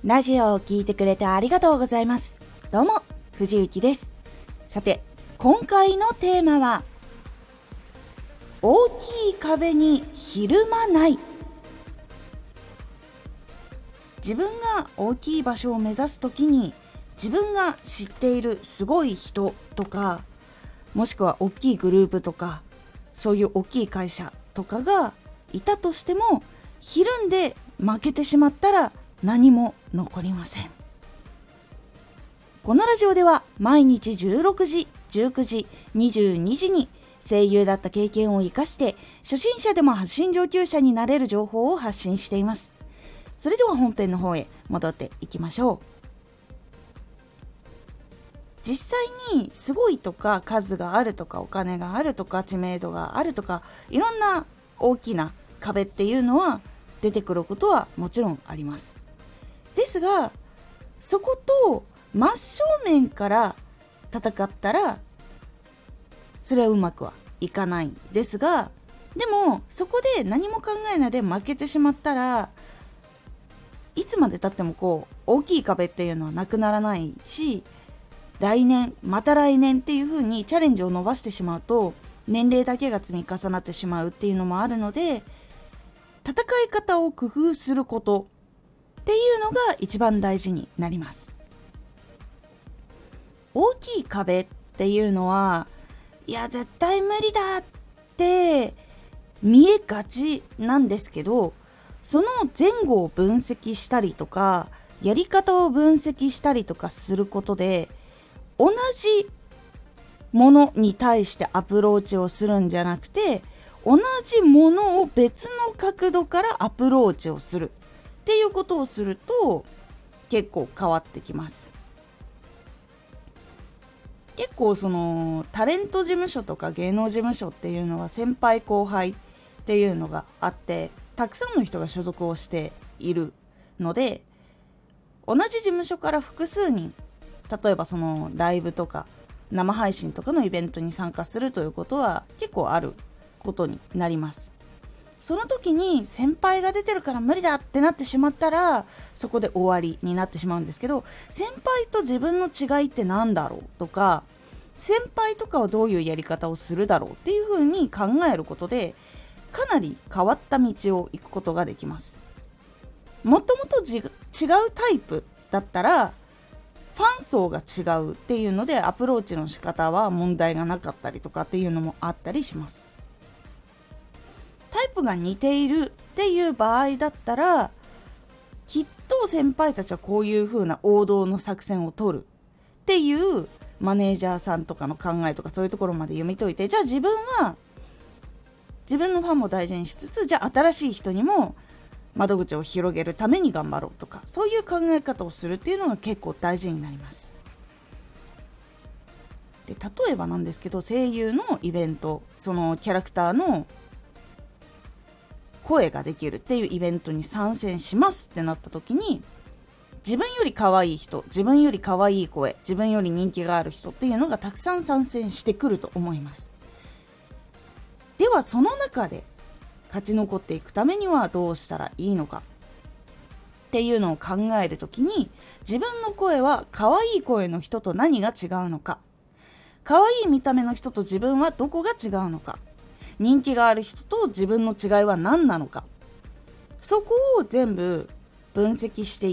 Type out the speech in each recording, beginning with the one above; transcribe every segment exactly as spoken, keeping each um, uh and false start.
ラジオを聞いてくれてありがとうございます。どうも藤幸です。さて、今回のテーマは大きい壁にひるまない。自分が大きい場所を目指すときに、自分が知っているすごい人とか、もしくは大きいグループとか、そういう大きい会社とかがいたとしても、ひるんで負けてしまったら何も残りません。このラジオでは毎日じゅうろくじ、じゅうくじ、にじゅうにじに声優だった経験を生かして初心者でも発信上級者になれる情報を発信しています。それでは本編の方へ戻っていきましょう。実際にすごいとか数があるとかお金があるとか知名度があるとかいろんな大きな壁っていうのは出てくることはもちろんあります。ですがそこと真正面から戦ったらそれはうまくはいかないんですが、でもそこで何も考えないで負けてしまったらいつまで経ってもこう大きい壁っていうのはなくならないし、来年また来年っていう風にチャレンジを伸ばしてしまうと年齢だけが積み重なってしまうっていうのもあるので、戦い方を工夫することっていうのが一番大事になります。大きい壁っていうのはいや絶対無理だって見えがちなんですけど、その前後を分析したりとかやり方を分析したりとかすることで、同じものに対してアプローチをするんじゃなくて、同じものを別の角度からアプローチをするっていうことをすると結構変わってきます。結構そのタレント事務所とか芸能事務所っていうのは先輩後輩っていうのがあって、たくさんの人が所属をしているので、同じ事務所から複数人、例えばそのライブとか生配信とかのイベントに参加するということは結構あることになります。その時に先輩が出てるから無理だってなってしまったらそこで終わりになってしまうんですけど、先輩と自分の違いって何だろうとか、先輩とかはどういうやり方をするだろうっていう風に考えることでかなり変わった道を行くことができます。もともと違うタイプだったらファン層が違うっていうのでアプローチの仕方は問題がなかったりとかっていうのもあったりします。タイプが似ているっていう場合だったら、きっと先輩たちはこういう風な王道の作戦を取るっていうマネージャーさんとかの考えとかそういうところまで読み解いて、じゃあ自分は自分のファンも大事にしつつ、じゃあ新しい人にも窓口を広げるために頑張ろうとか、そういう考え方をするっていうのが結構大事になります。で、例えばなんですけど、声優のイベント、そのキャラクターの声ができるっていうイベントに参戦しますってなった時に、自分より可愛い人、自分より可愛い声、自分より人気がある人っていうのがたくさん参戦してくると思います。ではその中で勝ち残っていくためにはどうしたらいいのかっていうのを考えるときに、自分の声は可愛い声の人と何が違うのか、可愛い見た目の人と自分はどこが違うのか、人気がある人と自分の違いは何なのか、そこを全部分析していって、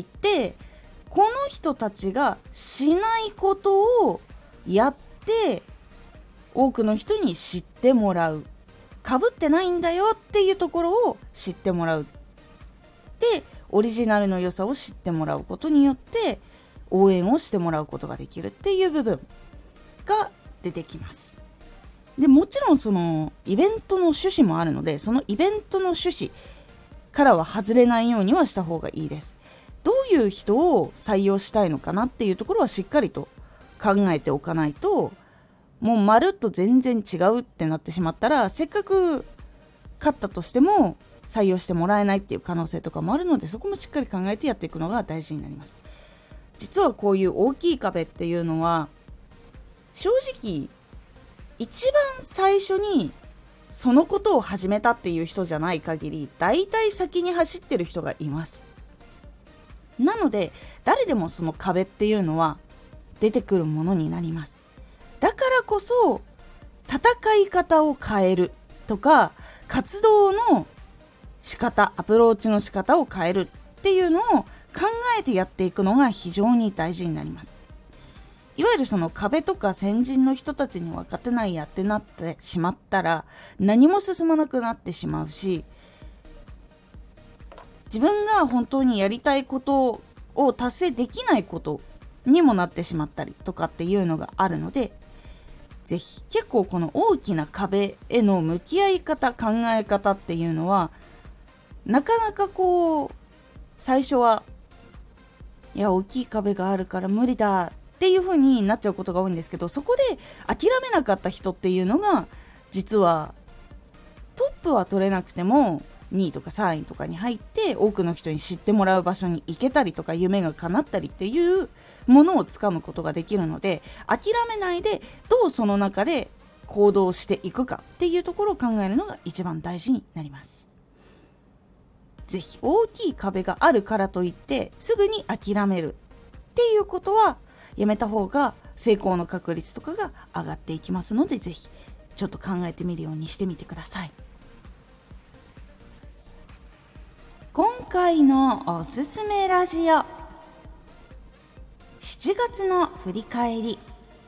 この人たちがしないことをやって多くの人に知ってもらう、被ってないんだよっていうところを知ってもらう。で、オリジナルの良さを知ってもらうことによって応援をしてもらうことができるっていう部分が出てきます。で、もちろんそのイベントの趣旨もあるので、そのイベントの趣旨からは外れないようにはした方がいいです。どういう人を採用したいのかなっていうところはしっかりと考えておかないと、もうまるっと全然違うってなってしまったら、せっかく勝ったとしても採用してもらえないっていう可能性とかもあるので、そこもしっかり考えてやっていくのが大事になります。実はこういう大きい壁っていうのは正直一番最初にそのことを始めたっていう人じゃない限り、だいたい先に走ってる人がいます。 なので誰でもその壁っていうのは出てくるものになります。だからこそ戦い方を変えるとか、活動の仕方、アプローチの仕方を変えるっていうのを考えてやっていくのが非常に大事になります。いわゆるその壁とか先人の人たちに分かってないやってなってしまったら何も進まなくなってしまうし、自分が本当にやりたいことを達成できないことにもなってしまったりとかっていうのがあるので、ぜひ結構この大きな壁への向き合い方、考え方っていうのはなかなかこう最初はいや大きい壁があるから無理だっていう風になっちゃうことが多いんですけど、そこで諦めなかった人っていうのが実はトップは取れなくてもにいとかさんいとかに入って多くの人に知ってもらう場所に行けたりとか、夢が叶ったりっていうものをつかむことができるので、諦めないでどうその中で行動していくかっていうところを考えるのが一番大事になります。ぜひ大きい壁があるからといってすぐに諦めるっていうことはやめた方が成功の確率とかが上がっていきますので、ぜひちょっと考えてみるようにしてみてください。今回のおすすめラジオ、しちがつの振り返り。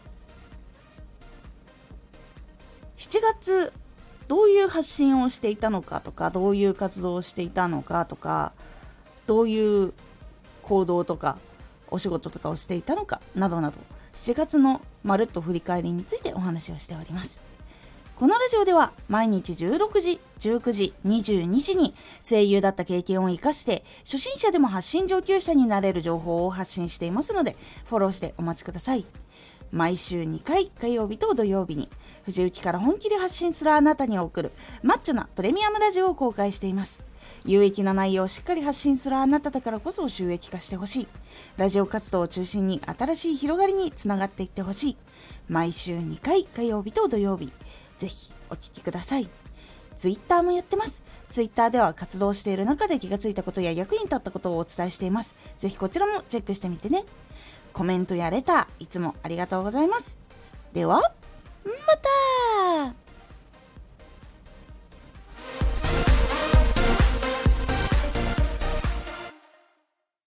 しちがつどういう発信をしていたのかとか、どういう活動をしていたのかとか、どういう行動とかお仕事とかをしていたのかなどなど、しちがつのまるっと振り返りについてお話をしております。このラジオでは毎日じゅうろくじ、じゅうくじ、にじゅうにじに声優だった経験を生かして初心者でも発信上級者になれる情報を発信していますので、フォローしてお待ちください。毎週にかい、火曜日と土曜日に藤雪から本気で発信するあなたに送るマッチョなプレミアムラジオを公開しています。有益な内容をしっかり発信するあなただからこそ収益化してほしい。ラジオ活動を中心に新しい広がりにつながっていってほしい。毎週にかい、火曜日と土曜日、ぜひお聞きください。ツイッターもやってます。ツイッターでは活動している中で気がついたことや役に立ったことをお伝えしています。ぜひこちらもチェックしてみてね。コメントやレターいつもありがとうございます。ではまた。